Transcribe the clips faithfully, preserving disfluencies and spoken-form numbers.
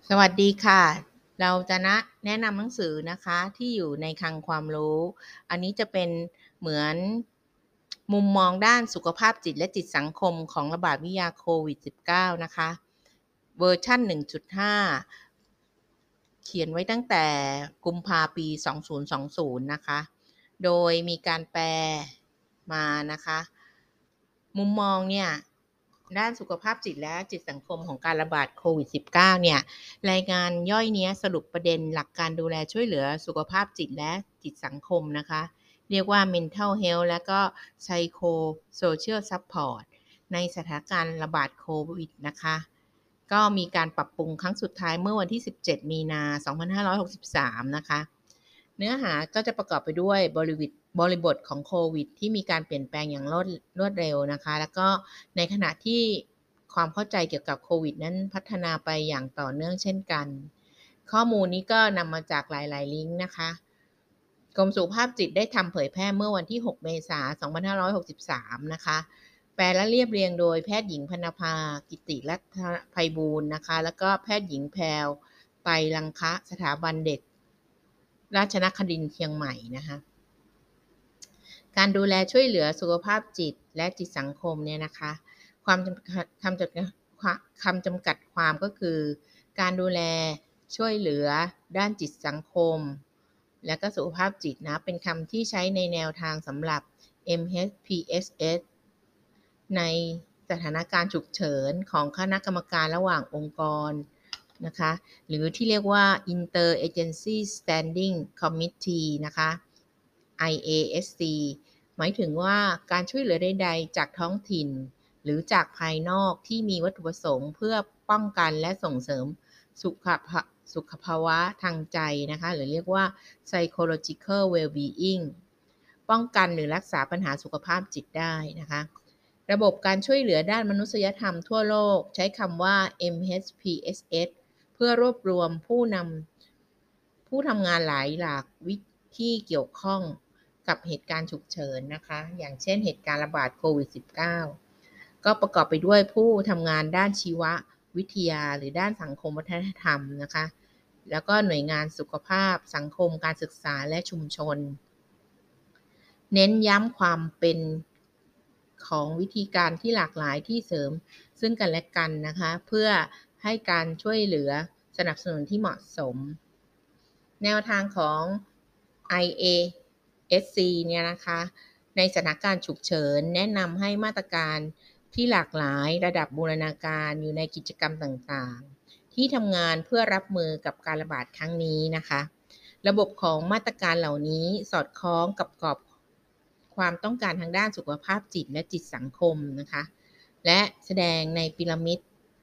สวัสดีค่ะ เราจะนะแนะนำหนังสือนะคะที่อยู่ในคลังความรู้ อันนี้จะเป็นเหมือนมุมมองด้านสุขภาพจิตและจิตสังคมของระบาดวิทยาโควิด สิบเก้า นะคะเวอร์ชัน หนึ่งจุดห้า เขียนไว้ตั้งแต่กุมภาปี สองพันยี่สิบ นะคะ โดยมีการแปลมานะคะ มุมมองเนี่ยด้านสุขภาพจิตและจิตสังคมของการระบาดโควิด สิบเก้า เนี่ยรายงานย่อยเนี้ยสรุปประเด็นหลักการดูแลช่วยเหลือสุขภาพจิตและจิตสังคมนะคะเรียกว่า mental health และก็ psycho-social support ในสถานการณ์ระบาดโควิดนะคะก็มีการปรับปรุงครั้งสุดท้ายเมื่อวันที่สิบเจ็ดมีนาสองพันห้าร้อยหกสิบสามนะคะเนื้อหาก็จะประกอบไปด้วยบริวิตบริบทของโควิดที่มีการเปลี่ยนแปลงอย่างรวดรวดเร็วนะคะแล้วก็ในขณะที่ความเข้าใจเกี่ยวกับโควิดนั้นพัฒนาไปอย่างต่อเนื่องเช่นกันข้อมูลนี้ก็นำมาจากหลายๆลิงก์นะคะกรมสุขภาพจิตได้ทำเผยแพร่เมื่อวันที่หกเมษายนสองพันห้าร้อยหกสิบสามนะคะแปลและเรียบเรียงโดยแพทย์หญิงพรรณภากิติรัตนไพบูลย์นะคะแล้วก็แพทย์หญิงแพรวไตรลังคะสถาบันเด็กราชนครินทร์เชียงใหม่นะคะการดูแลช่วยเหลือสุขภาพจิตและจิตสังคมเนี่ยนะคะความคำจำกัดคำจำกัดความก็คือการดูแลช่วยเหลือด้านจิตสังคมและก็สุขภาพจิตนะเป็นคำที่ใช้ในแนวทางสำหรับ เอ็ม เอช พี เอส เอส ในสถานการณ์ฉุกเฉินของคณะกรรมการระหว่างองค์กรนะคะหรือที่เรียกว่า Interagency Standing Committee นะคะ ไอ เอ เอส ซี หมายถึงว่าการช่วยเหลือใดๆจากท้องถิ่นหรือจากภายนอกที่มีวัตถุประสงค์เพื่อป้องกันและส่งเสริมสุขภาสุขภาวะทางใจนะคะหรือเรียกว่า psychological well-being ป้องกันหรือรักษาปัญหาสุขภาพจิตได้นะคะระบบการช่วยเหลือด้านมนุษยธรรมทั่วโลกใช้คำว่า เอ็ม เอช พี เอส เอส เพื่อรวบรวมผู้นำผู้ทำงานหลายหลากวิธีเกี่ยวข้องกับเหตุการณ์ฉุกเฉินนะคะอย่างเช่นเหตุการณ์ระบาดโควิด สิบเก้า ก็ประกอบไปด้วยผู้ทำงานด้านชีววิทยาหรือด้านสังคมวัฒนธรรมนะคะแล้วก็หน่วยงานสุขภาพสังคมการศึกษาและชุมชนเน้นย้ำความเป็นของวิธีการที่หลากหลายที่เสริมซึ่งกันและกันนะคะเพื่อให้การช่วยเหลือสนับสนุนที่เหมาะสมแนวทางของ ไอ เอ เอส ซี เนี่ยนะคะในสถานการณ์ฉุกเฉินแนะนำให้มาตรการที่หลากหลายระดับบูรณาการอยู่ในกิจกรรมต่างๆที่ทำงานเพื่อรับมือกับการระบาดครั้งนี้นะคะระบบของมาตรการเหล่านี้สอดคล้องกับกรอบความต้องการทางด้านสุขภาพจิตและจิตสังคมนะคะและแสดงในพีระมิด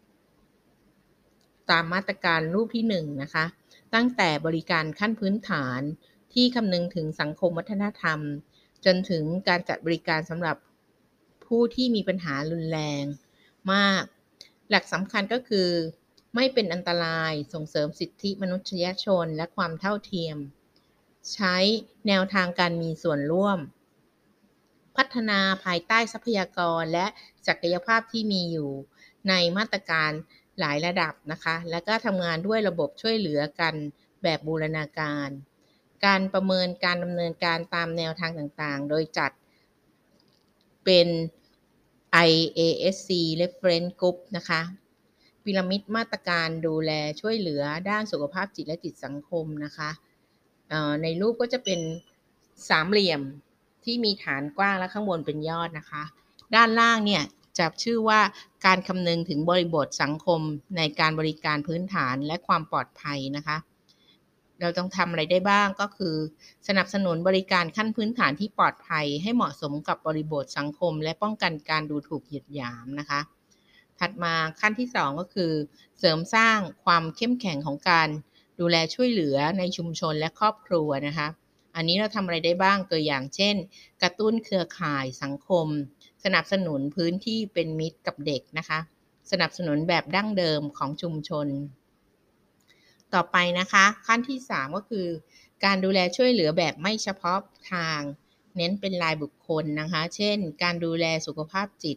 ตามมาตรการรูปที่หนึ่งนะคะตั้งแต่บริการขั้นพื้นฐานที่คำนึงถึงสังคมวัฒนธรรมจนถึงการจัดบริการสำหรับผู้ที่มีปัญหารุนแรงมากหลักสำคัญก็คือไม่เป็นอันตรายส่งเสริมสิทธิมนุษยชนและความเท่าเทียมใช้แนวทางการมีส่วนร่วมพัฒนาภายใต้ทรัพยากรและศักยภาพที่มีอยู่ในมาตรการหลายระดับนะคะแล้วก็ทำงานด้วยระบบช่วยเหลือกันแบบบูรณาการการประเมินการดำเนินการตามแนวทางต่างๆโดยจัดเป็น ไอ เอ เอส ซี Reference Group นะคะพีระมิดมาตรการดูแลช่วยเหลือด้านสุขภาพจิตและจิตสังคมนะคะในรูปก็จะเป็นสามเหลี่ยมที่มีฐานกว้างและข้างบนเป็นยอดนะคะด้านล่างเนี่ยจะชื่อว่าการคำนึงถึงบริบทสังคมในการบริการพื้นฐานและความปลอดภัยนะคะเราต้องทำอะไรได้บ้างก็คือสนับสนุนบริการขั้นพื้นฐานที่ปลอดภัยให้เหมาะสมกับบริบทสังคมและป้องกันการดูถูกเหยียดหยามนะคะถัดมาขั้นที่สองก็คือเสริมสร้างความเข้มแข็งของการดูแลช่วยเหลือในชุมชนและครอบครัวนะคะอันนี้เราทำอะไรได้บ้างตัวอย่างเช่นกระตุ้นเครือข่ายสังคมสนับสนุนพื้นที่เป็นมิตรกับเด็กนะคะสนับสนุนแบบดั้งเดิมของชุมชนต่อไปนะคะขั้นที่สามก็คือการดูแลช่วยเหลือแบบไม่เฉพาะทางเน้นเป็นรายบุคคลนะคะเช่นการดูแลสุขภาพจิต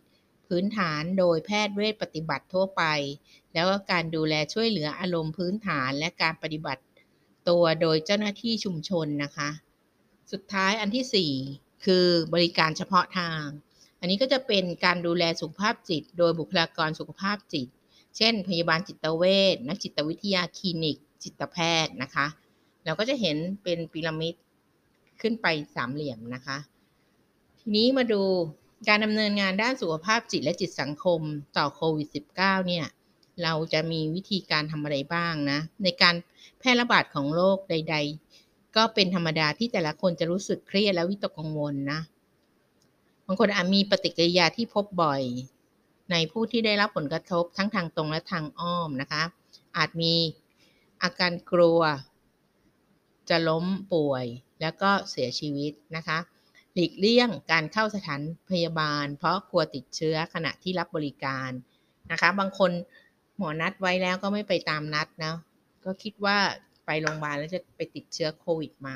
พื้นฐานโดยแพทย์เวชปฏิบัติทั่วไปแล้วก็การดูแลช่วยเหลืออารมณ์พื้นฐานและการปฏิบัติตัวโดยเจ้าหน้าที่ชุมชนนะคะสุดท้ายอันที่สี่คือบริการเฉพาะทางอันนี้ก็จะเป็นการดูแลสุขภาพจิตโดยบุคลากรสุขภาพจิตเช่นพยาบาลจิตเวชนักจิตวิทยาคลินิกจิตแพทย์นะคะเราก็จะเห็นเป็นพีระมิดขึ้นไปสามเหลี่ยมนะคะทีนี้มาดูการดำเนินงานด้านสุขภาพจิตและจิตสังคมต่อโควิด สิบเก้า เนี่ยเราจะมีวิธีการทำอะไรบ้างนะในการแพร่ระบาดของโรคใดๆก็เป็นธรรมดาที่แต่ละคนจะรู้สึกเครียดและวิตกกังวลนะบางคนอาจมีปฏิกิริยาที่พบบ่อยในผู้ที่ได้รับผลกระทบทั้งทางตรงและทางอ้อมนะคะอาจมีอาการกลัวจะล้มป่วยแล้วก็เสียชีวิตนะคะหลีกเลี่ยงการเข้าสถานพยาบาลเพราะกลัวติดเชื้อขณะที่รับบริการนะคะบางคนหมอนัดไว้แล้วก็ไม่ไปตามนัดนะก็คิดว่าไปโรงพยาบาลแล้วจะไปติดเชื้อโควิดมา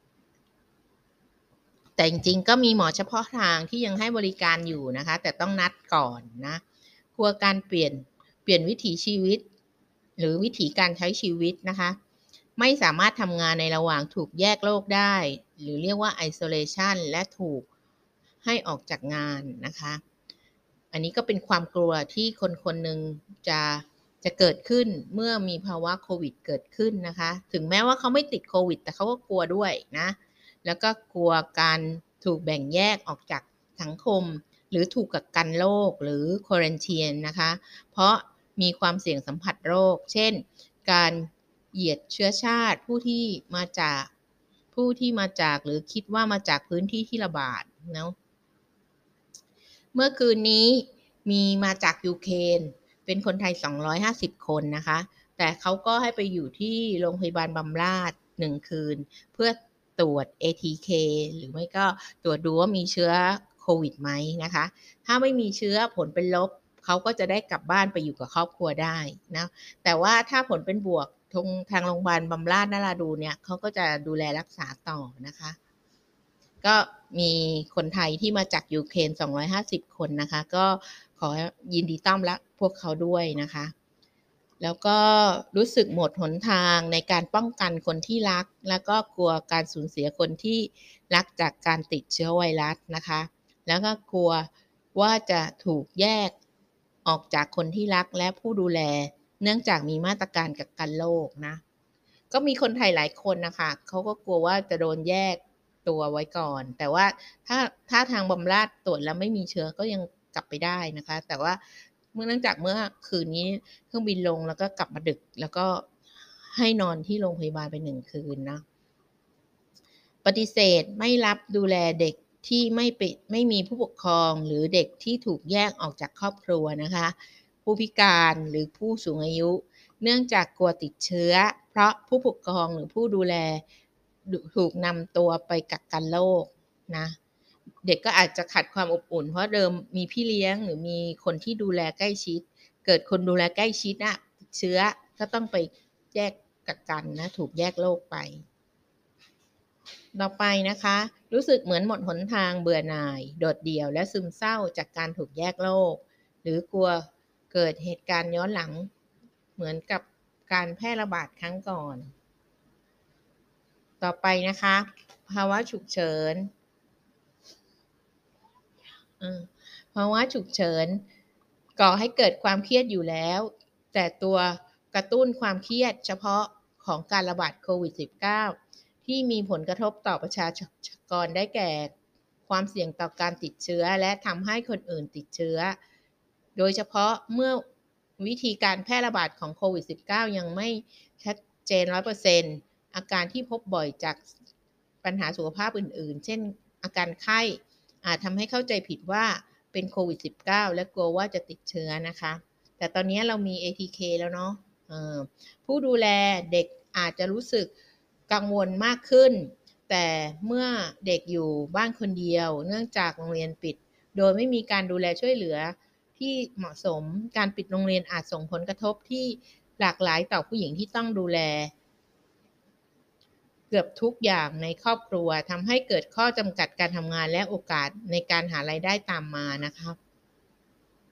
แต่จริงๆก็มีหมอเฉพาะทางที่ยังให้บริการอยู่นะคะแต่ต้องนัดก่อนนะกลัวการเปลี่ยนเปลี่ยนวิถีชีวิตหรือวิถีการใช้ชีวิตนะคะไม่สามารถทำงานในระหว่างถูกแยกโรคได้หรือเรียกว่า isolation และถูกให้ออกจากงานนะคะอันนี้ก็เป็นความกลัวที่คนคนหนึ่งจะจะเกิดขึ้นเมื่อมีภาวะโควิดเกิดขึ้นนะคะถึงแม้ว่าเขาไม่ติดโควิดแต่เขาก็กลัวด้วยนะแล้วก็กลัวการถูกแบ่งแยกออกจากสังคมหรือถูกกักกันโรคหรือควอรันทีนนะคะเพราะมีความเสี่ยงสัมผัสโรคเช่นการเหยียดเชื้อชาติผู้ที่มาจากผู้ที่มาจากหรือคิดว่ามาจากพื้นที่ที่ระบาดเนาะเมื่อคืนนี้มีมาจากยูเครนเป็นคนไทยสองร้อยห้าสิบคนนะคะแต่เขาก็ให้ไปอยู่ที่โรงพยาบาลบำราศหนึ่งคืนเพื่อตรวจ เอ ที เค หรือไม่ก็ตรวจดูว่ามีเชื้อโควิดไหมนะคะถ้าไม่มีเชื้อผลเป็นลบเขาก็จะได้กลับบ้านไปอยู่กับครอบครัวได้นะแต่ว่าถ้าผลเป็นบวกทางทางโรงพยาบาลบำราศนราดูเนี่ยเขาก็จะดูแลรักษาต่อนะคะก็มีคนไทยที่มาจากยูเครนสองร้อยห้าสิบคนนะคะก็ขอยินดีต้อนรับพวกเขาด้วยนะคะแล้วก็รู้สึกหมดหนทางในการป้องกันคนที่รักแล้วก็กลัวการสูญเสียคนที่รักจากการติดเชื้อไวรัสนะคะแล้วก็กลัวว่าจะถูกแยกออกจากคนที่รักและผู้ดูแลเนื่องจากมีมาตรการกักกันโรคนะก็มีคนไทยหลายคนนะคะเขาก็กลัวว่าจะโดนแยกตัวไว้ก่อนแต่ว่าถ้าถ้าทางบำราศตรวจแล้วไม่มีเชื้อก็ยังกลับไปได้นะคะแต่ว่าเมื่อเนื่องจากเมื่อคืนนี้เครื่องบินลงแล้วก็กลับมาดึกแล้วก็ให้นอนที่โรงพยาบาลไปหนึ่งคืนนะปฏิเสธไม่รับดูแลเด็กที่ไม่ไปไม่มีผู้ปกครองหรือเด็กที่ถูกแยกออกจากครอบครัวนะคะผู้พิการหรือผู้สูงอายุเนื่องจากกลัวติดเชื้อเพราะผู้ปกครองหรือผู้ดูแลถูกนำตัวไปกักกันโรคนะเด็กก็อาจจะขาดความอบอุ่นเพราะเดิมมีพี่เลี้ยงหรือมีคนที่ดูแลใกล้ชิดเกิดคนดูแลใกล้ชิดอะติดเชื้อก็ต้องไปแยกกักกันนะถูกแยกโรคไปต่อไปนะคะรู้สึกเหมือนหมดหนทางเบื่อหน่ายโดดเดี่ยวและซึมเศร้าจากการถูกแยกโรคหรือกลัวเกิดเหตุการณ์ย้อนหลังเหมือนกับการแพร่ระบาดครั้งก่อนต่อไปนะคะภาวะฉุกเฉินภาวะฉุกเฉินก่อให้เกิดความเครียดอยู่แล้วแต่ตัวกระตุ้นความเครียดเฉพาะของการระบาดโควิด สิบเก้า ที่มีผลกระทบต่อประชากรได้แก่ความเสี่ยงต่อการติดเชื้อและทำให้คนอื่นติดเชื้อโดยเฉพาะเมื่อวิธีการแพร่ระบาดของโควิด สิบเก้า ยังไม่ชัดเจน ร้อยเปอร์เซ็นต์ อาการที่พบบ่อยจากปัญหาสุขภาพอื่นๆเช่นอาการไข้อาจทำให้เข้าใจผิดว่าเป็นโควิด สิบเก้า และกลัวว่าจะติดเชื้อนะคะแต่ตอนนี้เรามี เอ ที เค แล้วเนาะผู้ดูแลเด็กอาจจะรู้สึกกังวลมากขึ้นแต่เมื่อเด็กอยู่บ้านคนเดียวเนื่องจากโรงเรียนปิดโดยไม่มีการดูแลช่วยเหลือที่เหมาะสมการปิดโรงเรียนอาจส่งผลกระทบที่หลากหลายต่อผู้หญิงที่ต้องดูแลเกือบทุกอย่างในครอบครัวทำให้เกิดข้อจำกัดการทำงานและโอกาสในการหารายได้ตามมานะคะ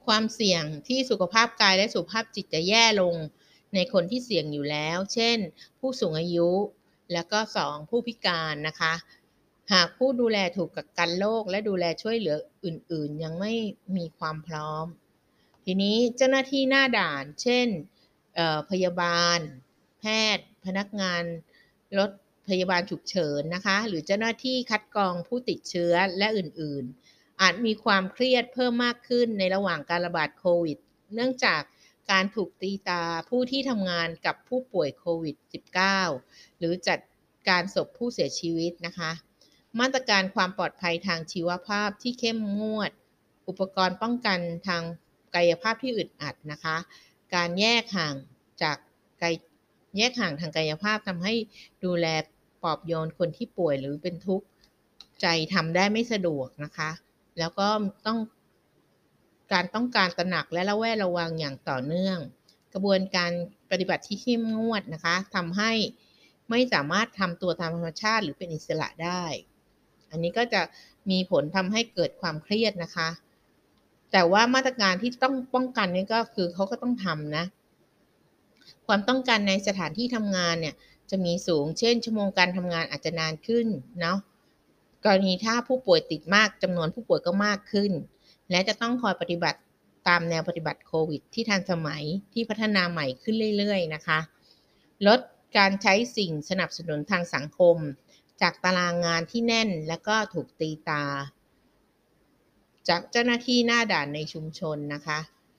ความเสี่ยงที่สุขภาพกายและสุขภาพจิตจะแย่ลงในคนที่เสี่ยงอยู่แล้วเช่นผู้สูงอายุแล้วก็สองผู้พิการนะคะหากผู้ดูแลถูกกักกันโรคและดูแลช่วยเหลืออื่นๆยังไม่มีความพร้อมทีนี้เจ้าหน้าที่หน้าด่านเช่นพยาบาลแพทย์พนักงานรถพยาบาลฉุกเฉินนะคะหรือเจ้าหน้าที่คัดกรองผู้ติดเชื้อและอื่นๆอาจมีความเครียดเพิ่มมากขึ้นในระหว่างการระบาดโควิดเนื่องจากการถูกตีตาผู้ที่ทำงานกับผู้ป่วยโควิด สิบเก้า หรือจัดการศพผู้เสียชีวิตนะคะมาตรการความปลอดภัยทางชีวภาพที่เข้มงวดอุปกรณ์ป้องกันทางกายภาพที่อึดอัดนะคะการแยกห่างจากกายแยกห่างทางกายภาพทำให้ดูแลปลอบโยนคนที่ป่วยหรือเป็นทุกข์ใจทำได้ไม่สะดวกนะคะแล้วก็ต้องการต้องการตระหนักและระแวดระวังอย่างต่อเนื่องกระบวนการปฏิบัติที่เข้มงวดนะคะทำให้ไม่สามารถทำตัวตามธรรมชาติหรือเป็นอิสระได้อันนี้ก็จะมีผลทำให้เกิดความเครียดนะคะแต่ว่ามาตรการที่ต้องป้องกันนี่ก็คือเขาก็ต้องทำนะความต้องการในสถานที่ทำงานเนี่ยจะมีสูงเช่นชั่วโมงการทำงานอาจจะนานขึ้นเนาะกรณีถ้าผู้ป่วยติดมากจำนวนผู้ป่วยก็มากขึ้นและจะต้องคอยปฏิบัติตามแนวปฏิบัติโควิดที่ทันสมัยที่พัฒนาใหม่ขึ้นเรื่อยๆนะคะลดการใช้สิ่งสนับสนุนทางสังคมจากตารางงานที่แน่นและก็ถูกตีตาจากเจ้าหน้าที่หน้าด่านในชุมชนนะคะ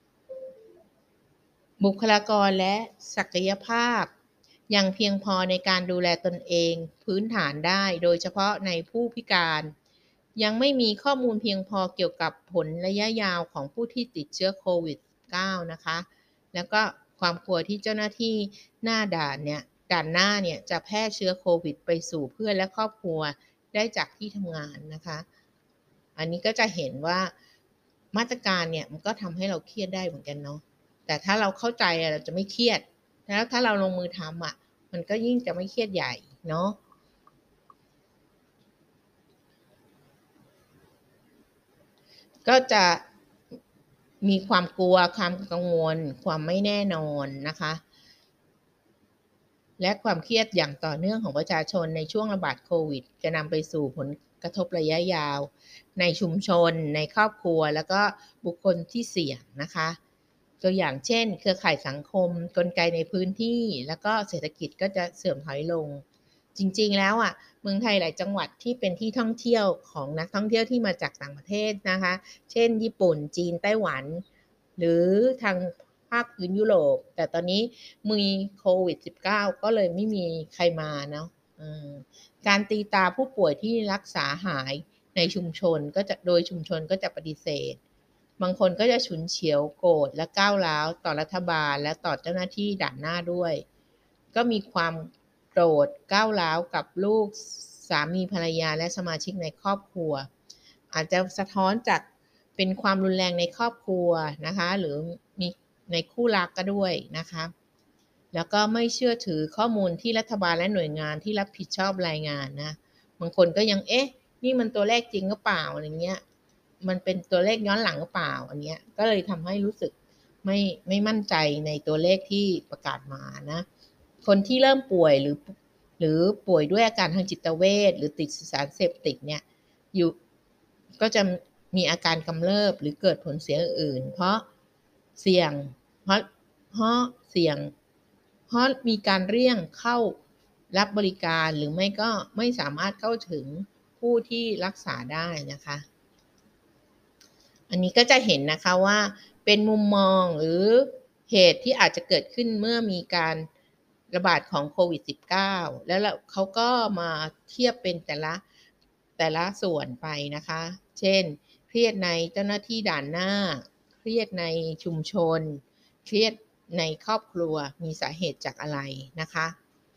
บุคลากรและศักยภาพยังเพียงพอในการดูแลตนเองพื้นฐานได้โดยเฉพาะในผู้พิการยังไม่มีข้อมูลเพียงพอเกี่ยวกับผลระยะยาวของผู้ที่ติดเชื้อโควิด สิบเก้า นะคะแล้วก็ความกลัวที่เจ้าหน้าที่หน้าด่านเนี่ยด่านหน้าเนี่ยจะแพร่เชื้อโควิดไปสู่เพื่อนและครอบครัวได้จากที่ทำงานนะคะอันนี้ก็จะเห็นว่ามาตรการเนี่ยมันก็ทำให้เราเครียดได้เหมือนกันเนาะแต่ถ้าเราเข้าใจเราจะไม่เครียดแล้วถ้าเราลงมือทำอ่ะมันก็ยิ่งจะไม่เครียดใหญ่เนาะก็จะมีความกลัวความกังวลความไม่แน่นอนนะคะและความเครียดอย่างต่อเนื่องของประชาชนในช่วงระบาดโควิดจะนำไปสู่ผลกระทบระยะยาวในชุมชนในครอบครัวแล้วก็บุคคลที่เสี่ยงนะคะตัวอย่างเช่นเครือข่ายสังคมกลไกในพื้นที่แล้วก็เศรษฐกิจก็จะเสื่อมถอยลงจริงๆแล้วอ่ะเมืองไทยหลายจังหวัดที่เป็นที่ท่องเที่ยวของนักท่องเที่ยวที่มาจากต่างประเทศนะคะเช่นญี่ปุ่นจีนไต้หวันหรือทางภาคพื้นยุโรปแต่ตอนนี้มีโควิด สิบเก้า ก็เลยไม่มีใครมาเนาะการตีตาผู้ป่วยที่รักษาหายในชุมชนก็จะโดยชุมชนก็จะปฏิเสธบางคนก็จะฉุนเฉียวโกรธและก้าวร้าวต่อรัฐบาลและต่อเจ้าหน้าที่ด่านหน้าด้วยก็มีความโกรธก้าวร้าวกับลูกสามีภรรยาและสมาชิกในครอบครัวอาจจะสะท้อนจากเป็นความรุนแรงในครอบครัวนะคะหรือมีในคู่รักก็ด้วยนะคะแล้วก็ไม่เชื่อถือข้อมูลที่รัฐบาลและหน่วยงานที่รับผิดชอบรายงานนะบางคนก็ยังเอ๊ะนี่มันตัวเลขจริงหรือเปล่าอะไรเงี้ยมันเป็นตัวเลขย้อนหลังหรือเปล่าอันเนี้ยก็เลยทำให้รู้สึกไม่ไม่มั่นใจในตัวเลขที่ประกาศมานะคนที่เริ่มป่วยหรือหรือป่วยด้วยอาการทางจิตเวชหรือติดสารเสพติดเนี่ยอยู่ก็จะมีอาการกำเริบหรือเกิดผลเสียอื่นเพราะเสี่ยงเพราะเพราะเสี่ยงเพราะมีการเลี่ยงเข้ารับบริการหรือไม่ก็ไม่สามารถเข้าถึงผู้ที่รักษาได้นะคะอันนี้ก็จะเห็นนะคะว่าเป็นมุมมองหรือเหตุที่อาจจะเกิดขึ้นเมื่อมีการระบาดของโควิด สิบเก้า แล้วเขาก็มาเทียบเป็นแต่ละแต่ละส่วนไปนะคะเช่นเครียดในเจ้าหน้าที่ด่านหน้าเครียดในชุมชนเครียดในครอบครัวมีสาเหตุจากอะไรนะคะ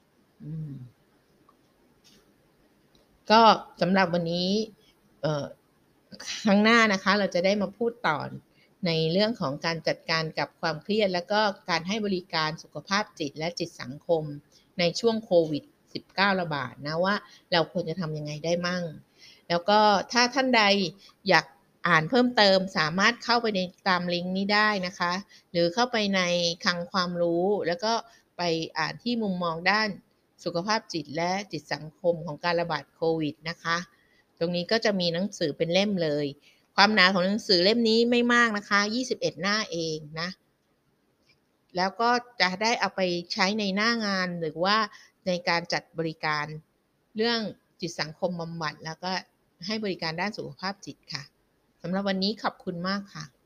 ก็สำหรับวันนี้ครั้งหน้านะคะเราจะได้มาพูดต่อในเรื่องของการจัดการกับความเครียดแล้วก็การให้บริการสุขภาพจิตและจิตสังคมในช่วงโควิด สิบเก้า ระบาดนะว่าเราควรจะทำยังไงได้มั่งแล้วก็ถ้าท่านใดอยากอ่านเพิ่มเติมสามารถเข้าไปในตามลิงก์นี้ได้นะคะ หรือเข้าไปในคลังความรู้แล้วก็ไปอ่านที่มุมมองด้านสุขภาพจิตและจิตสังคมของการระบาดโควิดนะคะ ตรงนี้ก็จะมีหนังสือเป็นเล่มเลย ความหนาของหนังสือเล่มนี้ไม่มากนะคะยี่สิบเอ็ดหน้าเองนะ แล้วก็จะได้เอาไปใช้ในหน้างานหรือว่าในการจัดบริการเรื่องจิตสังคมบำบัดแล้วก็ให้บริการด้านสุขภาพจิตค่ะสำหรับวันนี้ขอบคุณมากค่ะ